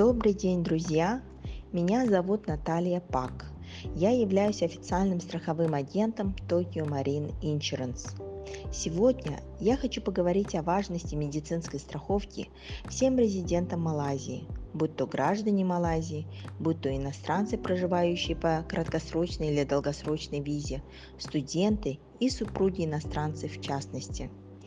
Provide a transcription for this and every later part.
Добрый день, друзья! Меня зовут Наталья Пак. Я являюсь официальным страховым агентом Tokio Marine Insurance. Сегодня я хочу поговорить о важности медицинской страховки всем резидентам Малайзии, будь то граждане Малайзии, будь то иностранцы, проживающие по краткосрочной или долгосрочной визе, студенты и супруги иностранцев в частности.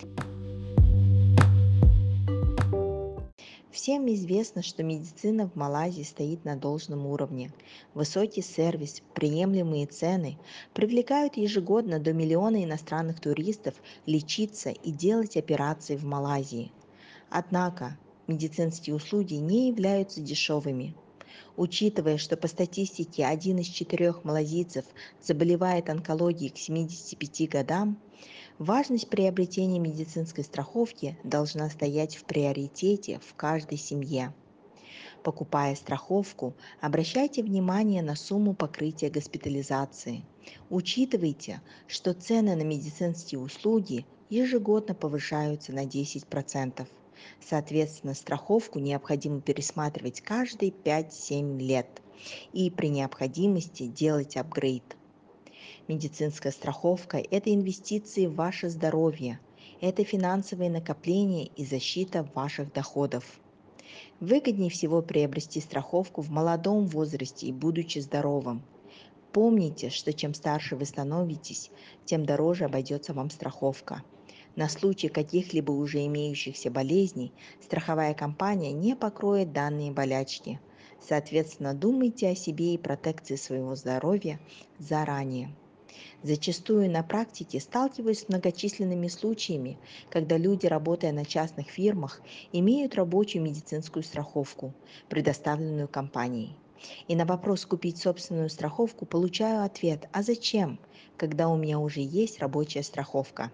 Всем известно, что медицина в Малайзии стоит на должном уровне. Высокий сервис, приемлемые цены привлекают ежегодно до миллиона иностранных туристов лечиться и делать операции в Малайзии. Однако медицинские услуги не являются дешевыми. Учитывая, что по статистике 1 из 4 малазийцев заболевает онкологией к 75 годам, важность приобретения медицинской страховки должна стоять в приоритете в каждой семье. Покупая страховку, обращайте внимание на сумму покрытия госпитализации. Учитывайте, что цены на медицинские услуги ежегодно повышаются на 10%. Соответственно, страховку необходимо пересматривать каждые 5-7 лет и при необходимости делать апгрейд. Медицинская страховка– это инвестиции в ваше здоровье, это финансовые накопления и защита ваших доходов. Выгоднее всего приобрести страховку в молодом возрасте и будучи здоровым. Помните, что чем старше вы становитесь, тем дороже обойдется вам страховка. На случай каких-либо уже имеющихся болезней страховая компания не покроет данные болячки. Соответственно, думайте о себе и протекции своего здоровья заранее. Зачастую на практике сталкиваюсь с многочисленными случаями, когда люди, работая на частных фирмах, имеют рабочую медицинскую страховку, предоставленную компанией. И на вопрос купить собственную страховку получаю ответ «А зачем?», когда у меня уже есть рабочая страховка.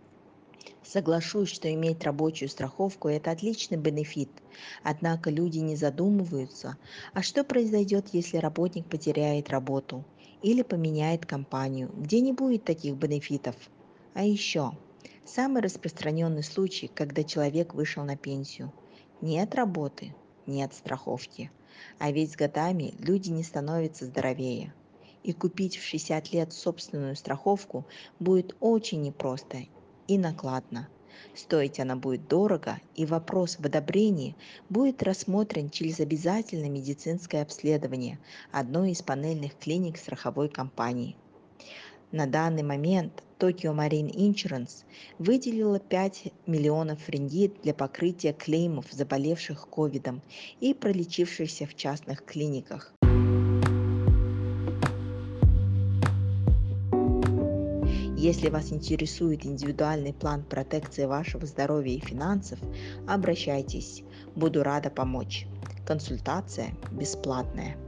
Соглашусь, что иметь рабочую страховку– это отличный бенефит, однако люди не задумываются, а что произойдет, если работник потеряет работу или поменяет компанию, где не будет таких бенефитов. А еще, самый распространенный случай, когда человек вышел на пенсию. Нет работы, нет страховки. А ведь с годами люди не становятся здоровее. И купить в 60 лет собственную страховку будет очень непросто и накладно. Стоить она будет дорого, и вопрос в одобрении будет рассмотрен через обязательное медицинское обследование одной из панельных клиник страховой компании. На данный момент Tokio Marine Insurance выделила 5 миллионов рингит для покрытия клеймов заболевших ковидом и пролечившихся в частных клиниках. Если вас интересует индивидуальный план протекции вашего здоровья и финансов, обращайтесь. Буду рада помочь. Консультация бесплатная.